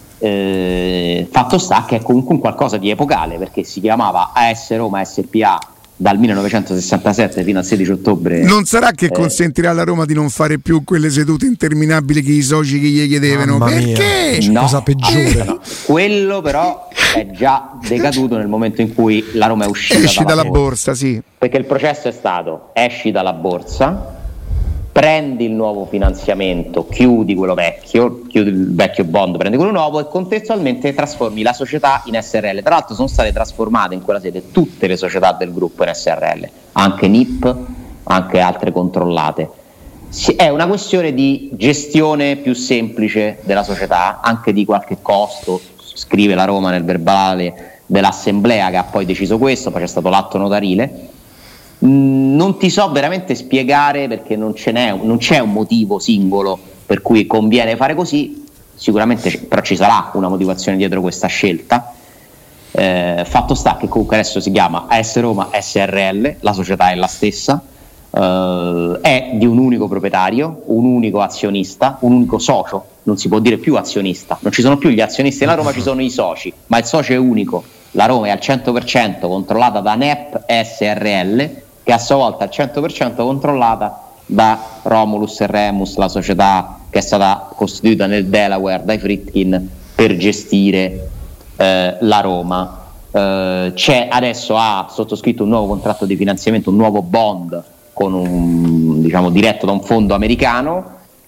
eh, fatto sta che è comunque un qualcosa di epocale, perché si chiamava A S Roma S P A dal millenovecentosessantasette fino al sedici ottobre. Non sarà che eh, consentirà alla Roma di non fare più quelle sedute interminabili che i soci che gli chiedevano? Mamma mia. Perché? No, cosa peggiore. no. Quello però è già decaduto nel momento in cui la Roma è uscita Esci dalla, dalla borsa, borsa, sì. perché il processo è stato: esci dalla borsa, prendi il nuovo finanziamento, chiudi quello vecchio, chiudi il vecchio bond, prendi quello nuovo e contestualmente trasformi la società in S R L. Tra l'altro sono state trasformate in quella sede tutte le società del gruppo in S R L, anche N I P, anche altre controllate. È una questione di gestione più semplice della società, anche di qualche costo, scrive la Roma nel verbale dell'assemblea che ha poi deciso questo, poi c'è stato l'atto notarile. Non ti so veramente spiegare, perché non, ce n'è, non c'è un motivo singolo per cui conviene fare così, sicuramente però ci sarà una motivazione dietro questa scelta. Eh, fatto sta che comunque adesso si chiama A S Roma S R L, la società è la stessa, eh, è di un unico proprietario, un unico azionista, un unico socio, non si può dire più azionista, non ci sono più gli azionisti della Roma, ci sono i soci, ma il socio è unico. La Roma è al cento per cento controllata da N E P S R L, che a sua volta è al cento per cento controllata da Romulus e Remus, la società che è stata costituita nel Delaware dai Friedkin per gestire eh, la Roma. Eh, c'è adesso ha sottoscritto un nuovo contratto di finanziamento, un nuovo bond con un, diciamo, diretto da un fondo americano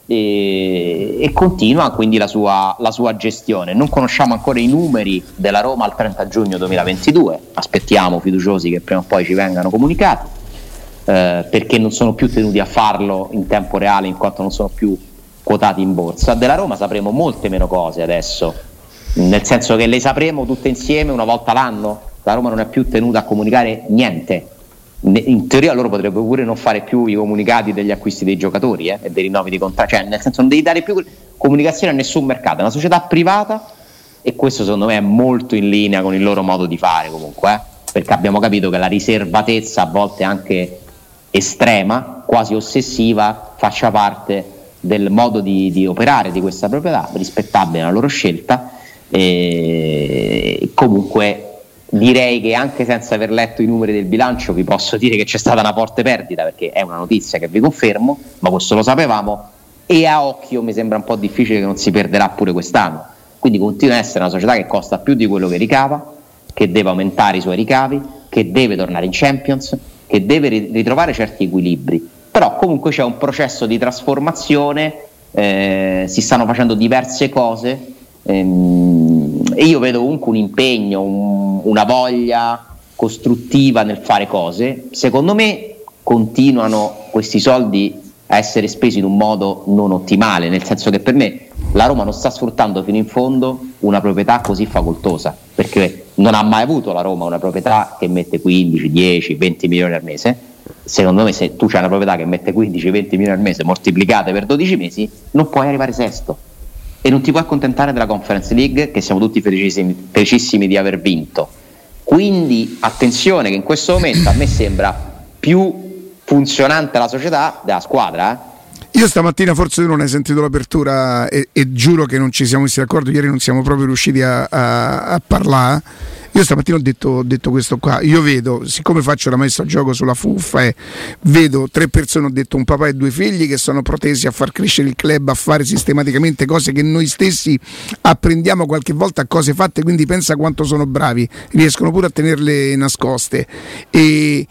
e, e continua quindi la sua, la sua gestione. Non conosciamo ancora i numeri della Roma al trenta giugno duemilaventidue, aspettiamo fiduciosi che prima o poi ci vengano comunicati. Eh, perché non sono più tenuti a farlo in tempo reale in quanto non sono più quotati in borsa. Della Roma sapremo molte meno cose adesso, nel senso che le sapremo tutte insieme una volta l'anno. La Roma non è più tenuta a comunicare niente, in teoria loro potrebbero pure non fare più i comunicati degli acquisti dei giocatori eh, e dei rinnovi di contratti, cioè nel senso non devi dare più comunicazione a nessun mercato, è una società privata e questo secondo me è molto in linea con il loro modo di fare comunque, eh, perché abbiamo capito che la riservatezza a volte anche estrema, quasi ossessiva, faccia parte del modo di, di operare di questa proprietà, rispettabile la loro scelta. E comunque direi che anche senza aver letto i numeri del bilancio vi posso dire che c'è stata una forte perdita, perché è una notizia che vi confermo, ma questo lo sapevamo e a occhio mi sembra un po' difficile che non si perderà pure quest'anno. Quindi continua a essere una società che costa più di quello che ricava, che deve aumentare i suoi ricavi, che deve tornare in Champions, che deve ritrovare certi equilibri, però comunque c'è un processo di trasformazione, eh, si stanno facendo diverse cose ehm, e io vedo comunque un impegno, un, una voglia costruttiva nel fare cose. Secondo me continuano questi soldi a essere spesi in un modo non ottimale, nel senso che per me la Roma non sta sfruttando fino in fondo una proprietà così facoltosa, perché non ha mai avuto la Roma una proprietà che mette quindici, dieci, venti milioni al mese. Secondo me se tu c'hai una proprietà che mette quindici, venti milioni al mese moltiplicate per dodici mesi non puoi arrivare sesto e non ti puoi accontentare della Conference League, che siamo tutti felicissimi, felicissimi di aver vinto. Quindi attenzione, che in questo momento a me sembra più funzionante la società della squadra. eh? Io stamattina, forse tu non hai sentito l'apertura e, e giuro che non ci siamo messi d'accordo, ieri non siamo proprio riusciti a, a, a parlare. Io stamattina ho detto, ho detto questo qua, io vedo, siccome faccio la messa a gioco sulla fuffa, eh, vedo tre persone, ho detto un papà e due figli che sono protesi a far crescere il club, a fare sistematicamente cose che noi stessi apprendiamo qualche volta a cose fatte, quindi pensa quanto sono bravi, riescono pure a tenerle nascoste. E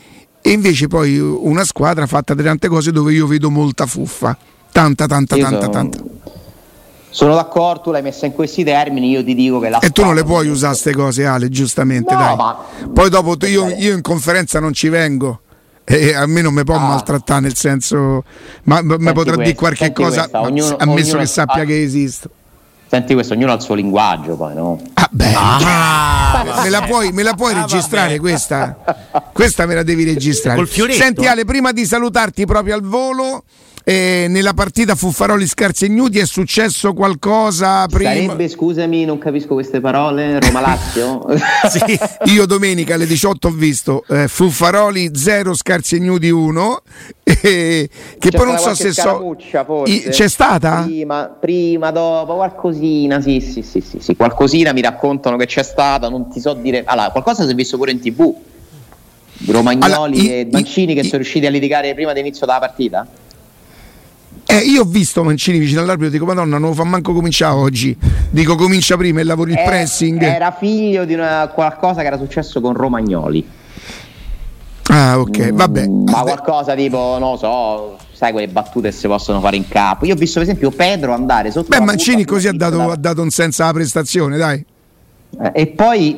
e invece poi una squadra fatta di tante cose dove io vedo molta fuffa, tanta tanta Io tanta sono, tanta. Sono d'accordo, tu l'hai messa in questi termini, io ti dico che la E tu non le squadra- puoi usare queste cose, Ale, giustamente, No, dai. ma- Poi dopo tu- io, io in conferenza non ci vengo. E a me non mi può Ah. maltrattare, nel senso, ma mi Senti potrà dire questo, qualche senti cosa, questa, ma ognuno- ammesso ognuno che sappia ha- che esisto. Senti questo, ognuno ha il suo linguaggio poi, no? Ah, beh, Ah, me la puoi, me la puoi Ah, registrare vabbè. questa? Questa me la devi registrare. Col fioretto? Senti Ale, prima di salutarti proprio al volo, eh, nella partita Fuffaroli Scarsi e Ignuti è successo qualcosa prima? Sarebbe, scusami, non capisco queste parole, Roma-Lazio? Sì. Io domenica alle diciotto ho visto eh, Fuffaroli zero, Scarsi e Ignuti uno, eh, che C'è poi non stata so qualche se so. scaramuccia, forse? I- c'è stata? Prima, prima, dopo, qualcosina, sì, sì, sì, sì, sì, qualcosina mi raccontano che c'è stata, non ti so dire. Allora, qualcosa si è visto pure in tivù. Romagnoli Allora, i- e Mancini i- che i- sono riusciti a litigare prima dell'inizio della partita? Eh, io ho visto Mancini vicino all'arbitro, dico madonna non lo fa manco cominciare oggi, dico comincia prima e lavori il Eh, pressing. Era figlio di una, qualcosa che era successo con Romagnoli. Ah, ok, vabbè. Mm, ma qualcosa tipo, non lo so, sai quelle battute che si possono fare in campo. Io ho visto per esempio Pedro andare sotto Beh, la Mancini curva così ha dato, da- ha dato un senso alla prestazione, dai. Eh, e poi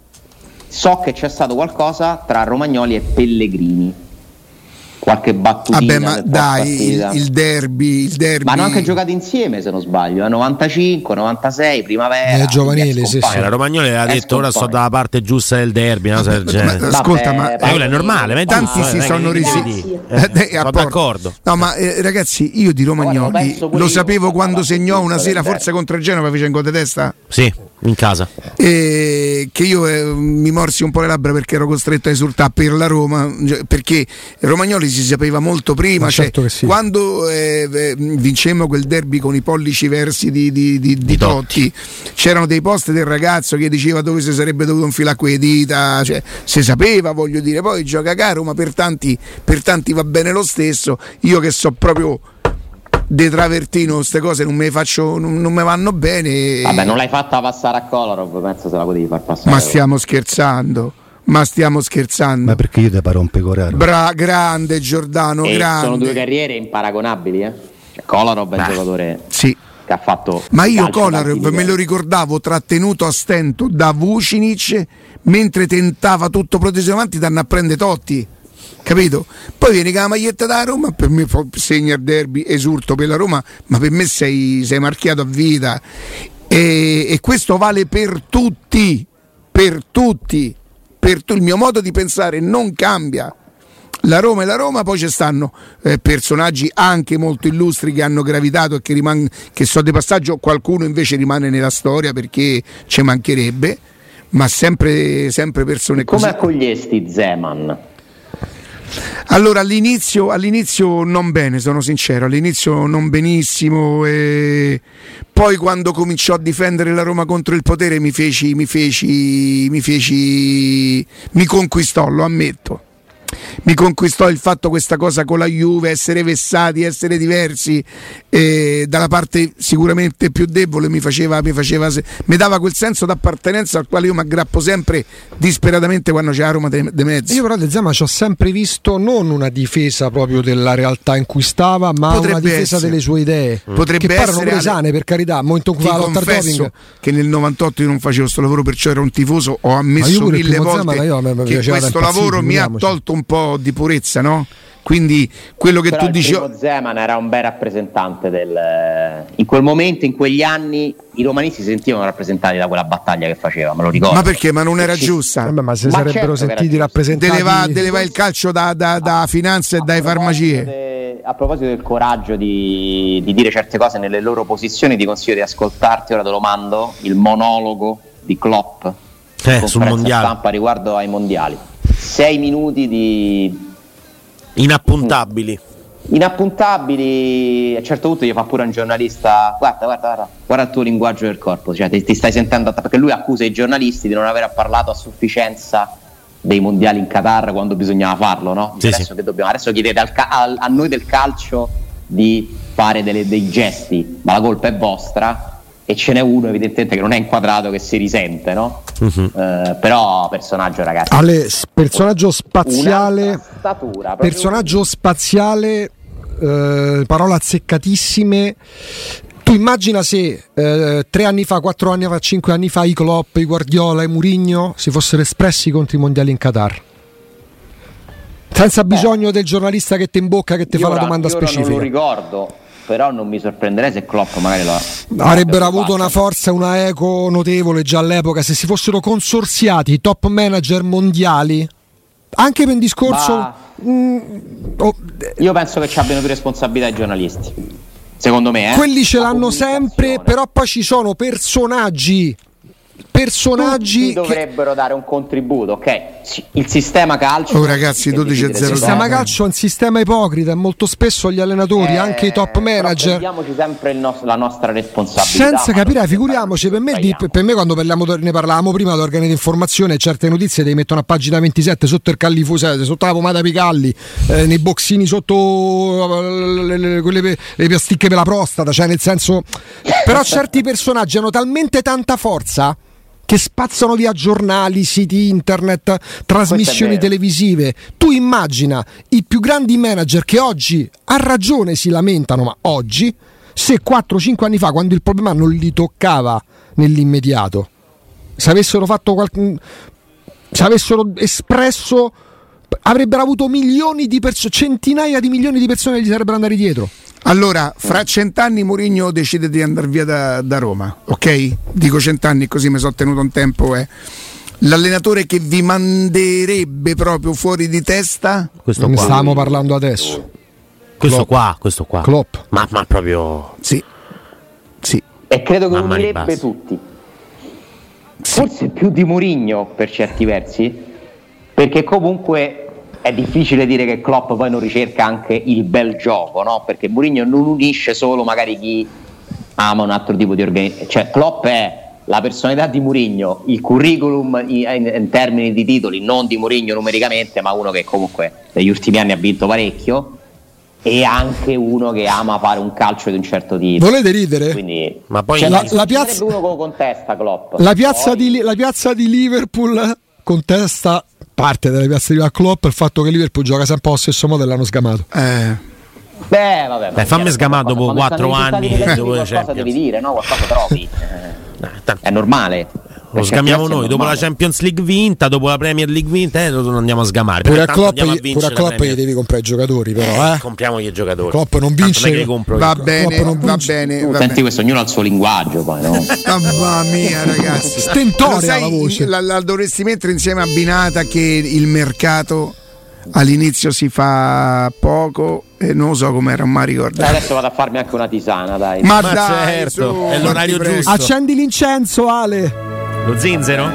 so che c'è stato qualcosa tra Romagnoli e Pellegrini. Qualche battutina. Vabbè, ma del dai, il, partita. il derby, il derby. Ma hanno anche giocato insieme se non sbaglio, eh, novantacinque, novantasei, primavera. Eh, giovanili, ex sì, compagni. sì. La Romagnoli aveva Ex detto ora sto compagni. dalla parte giusta del derby, una cosa del genere. Ma- ascolta, Vabbè, ma- Eh, quello è normale, ma è tanti giusto, si eh, non è sono che resi devi dire. Eh, eh, sono a d'accordo. No, ma eh, ragazzi, io di Guarda, lo Romagnoli penso pure lo io, sapevo ma quando la segnò una partita sera, del forse contro il Genova, fece un gol di testa. Sì, in casa. E che io eh, mi morsi un po' le labbra perché ero costretto a esultare per la Roma, cioè, perché Romagnoli si sapeva molto prima, Ma cioè, certo che sì. quando eh, eh, vincemmo quel derby con i pollici versi di, di, di, di Totti, c'erano dei post del ragazzo che diceva dove si sarebbe dovuto infilare quelle dita, cioè, si sapeva, voglio dire, poi gioca caro, ma per tanti, per tanti va bene lo stesso. Io che so proprio de travertino, queste cose non me le faccio, non, non me vanno bene. Vabbè, non l'hai fatta passare a Kolarov, penso se la potevi far passare. Ma stiamo scherzando, ma stiamo scherzando. Ma perché io te paro un pecoraro? Bra, grande Giordano, E grande. sono due carriere imparagonabili, eh. Cioè, Kolarov è un giocatore Sì. che ha fatto. Ma io calcio Kolarov tanti me lo livelli. ricordavo trattenuto a stento da Vucinic mentre tentava tutto proteso avanti da andare a prendere Totti, capito? Poi vieni con la maglietta da Roma, per me fa- segna il derby, esulto per la Roma, ma per me sei, sei marchiato a vita e, e questo vale per tutti, per tutti, per tu- il mio modo di pensare non cambia. La Roma è la Roma, poi ci stanno eh, personaggi anche molto illustri che hanno gravitato e che, riman- che so di passaggio, qualcuno invece rimane nella storia perché ci mancherebbe, ma sempre, sempre persone Come così. accogliesti Zeman? Allora all'inizio, all'inizio non bene, sono sincero, all'inizio non benissimo e poi quando cominciò a difendere la Roma contro il potere mi feci, mi feci, mi feci, mi conquistò, lo ammetto. Mi conquistò il fatto questa cosa con la Juve, essere vessati, essere diversi eh, dalla parte sicuramente più debole mi faceva, mi faceva mi dava quel senso d'appartenenza al quale io mi aggrappo sempre disperatamente quando c'è la Roma de, de mezzo. Io però De Zema ci ho sempre visto non una difesa proprio della realtà in cui stava, ma Potrebbe una difesa essere. delle sue idee. Potrebbe che parlano essere, pure sane, per carità, molto in Ti cui va a lottare confesso doping. che nel novantotto io non facevo questo lavoro, perciò ero un tifoso, ho Ma io ammesso pure il mille primo volte Zema, io- mi- mi che piaceva questo da impazzire, lavoro mi ha figuriamoci. tolto un po' di purezza, no? Quindi quello che Però tu il dici primo Zeman era un bel rappresentante del. In quel momento, in quegli anni, i romanisti si sentivano rappresentati da quella battaglia che faceva, me lo ricordo. ma perché? Ma non era Ci- giusta? Vabbè, ma se Ma sarebbero certo che era sentiti giusto. rappresentati Deleva, deleva il calcio da, da, da finanza e A dai proposito farmacie. de- a proposito del coraggio di, di dire certe cose nelle loro posizioni, ti consiglio di ascoltarti, ora te lo mando, il monologo di Klopp Eh, conferenza sul mondiale. stampa riguardo ai mondiali. Sei minuti di Inappuntabili. inappuntabili. A un certo punto gli fa pure un giornalista: guarda, guarda, guarda, guarda il tuo linguaggio del corpo, cioè ti, ti stai sentendo, perché lui accusa i giornalisti di non aver parlato a sufficienza dei mondiali in Qatar quando bisognava farlo, no? Sì, adesso, sì. che dobbiamo, adesso chiedete al ca- al- a noi del calcio di fare delle- dei gesti, ma la colpa è vostra. e ce n'è uno evidentemente che non è inquadrato, che si risente, no? Uh-huh. Eh, però personaggio, ragazzi, Ale, personaggio spaziale, statura, personaggio un... spaziale, eh, parole azzeccatissime. Tu immagina se eh, tre anni fa, quattro anni fa, cinque anni fa i Klopp, i Guardiola, i Mourinho si fossero espressi contro i mondiali in Qatar, senza bisogno Beh, del giornalista che ti imbocca, che ti fa la domanda io specifica. Non lo ricordo, però non mi sorprenderei se Klopp magari lo avrebbero avuto una forza, una eco notevole già all'epoca se si fossero consorziati i top manager mondiali, anche per un discorso. Ma... Mm, oh, io penso che ci abbiano più responsabilità i giornalisti, secondo me, eh? Quelli ce l'hanno sempre, però poi ci sono personaggi personaggi Tutti dovrebbero che... dare un contributo, ok? Il sistema calcio, oh ragazzi, dodici a zero. Il sistema calcio è un sistema ipocrita e molto spesso gli allenatori, eh, anche i top manager, prendiamoci sempre il nos- la nostra responsabilità, senza capire, figuriamoci, per me, di, per me quando parliamo, ne parlavamo prima di organi di informazione, certe notizie ti mettono a pagina ventisette sotto il callifusete, sotto la pomata Picalli, eh, nei boxini sotto le, le, quelle le pasticche per la prostata, cioè nel senso, però certi personaggi hanno talmente tanta forza che spazzano via giornali, siti internet, trasmissioni televisive. Tu immagina i più grandi manager che oggi a ragione si lamentano, ma oggi, se quattro cinque anni fa, quando il problema non li toccava nell'immediato, se avessero fatto qualche, se avessero espresso, avrebbero avuto milioni di persone, centinaia di milioni di persone che gli sarebbero andati dietro. Allora, fra cent'anni Mourinho decide di andare via da, da Roma, ok? Dico cent'anni così mi sono tenuto un tempo. È l'allenatore che vi manderebbe proprio fuori di testa? Questo ne qua. stavamo parlando adesso. Questo Klopp. qua, questo qua. Klopp. Ma, ma proprio. Sì. Sì. E credo che Mamma unirebbe tutti. Sì. Forse più di Mourinho per certi versi, perché comunque è difficile dire che Klopp poi non ricerca anche il bel gioco, no? Perché Mourinho non unisce solo magari chi ama un altro tipo di organizzazione, cioè Klopp è la personalità di Mourinho, il curriculum in, in termini di titoli, non di Mourinho numericamente, ma uno che comunque negli ultimi anni ha vinto parecchio, e anche uno che ama fare un calcio di un certo tipo. Volete ridere? Quindi, ma poi cioè, la, la piazza, uno con contesta Klopp. La piazza, poi... di, la piazza di Liverpool contesta parte delle piazze di Klopp il fatto che Liverpool gioca sempre allo stesso modo e l'hanno scamato. Eh. Beh, vabbè, Beh, fammi sgamare dopo quattro anni. Qualcosa devi dire, no? Qualcosa trovi. Eh, è normale. Lo sgamiamo noi, dopo la Champions League vinta, dopo la Premier League vinta, eh, lo andiamo a sgamare. Pure a Klopp, a pure a Klopp gli devi comprare i giocatori, però, eh. Compriamo i giocatori. Klopp non vince. Va bene, va bene. Va Senti, bene. questo ognuno ha il suo linguaggio, poi, no? Mamma mia, ragazzi. Stentorea la voce. La, la dovresti mettere insieme a Binata che il mercato all'inizio si fa poco e non so com'era, ma ricordo. Adesso vado a farmi anche una tisana, dai. Ma, ma dai, certo, su, è l'orario giusto. Accendi l'incenso, Ale. Lo zinzero?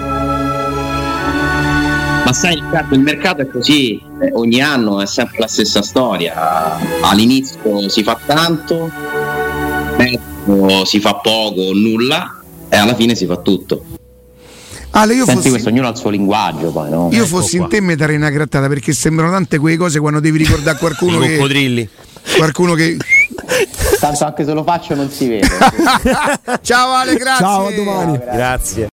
Ma sai, Riccardo, il mercato è così, eh, ogni anno è sempre la stessa storia. All'inizio si fa tanto, dopo si fa poco o nulla e alla fine si fa tutto. Ale, io Senti, fossi... questo ognuno ha il suo linguaggio, poi, no? Io ecco fossi qua. in te mi darei una grattata, perché sembrano tante quelle cose quando devi ricordare a qualcuno I che coccodrilli. qualcuno che Tanto anche se lo faccio non si vede. ciao Ale, grazie. Ciao, a domani. Ciao, Grazie.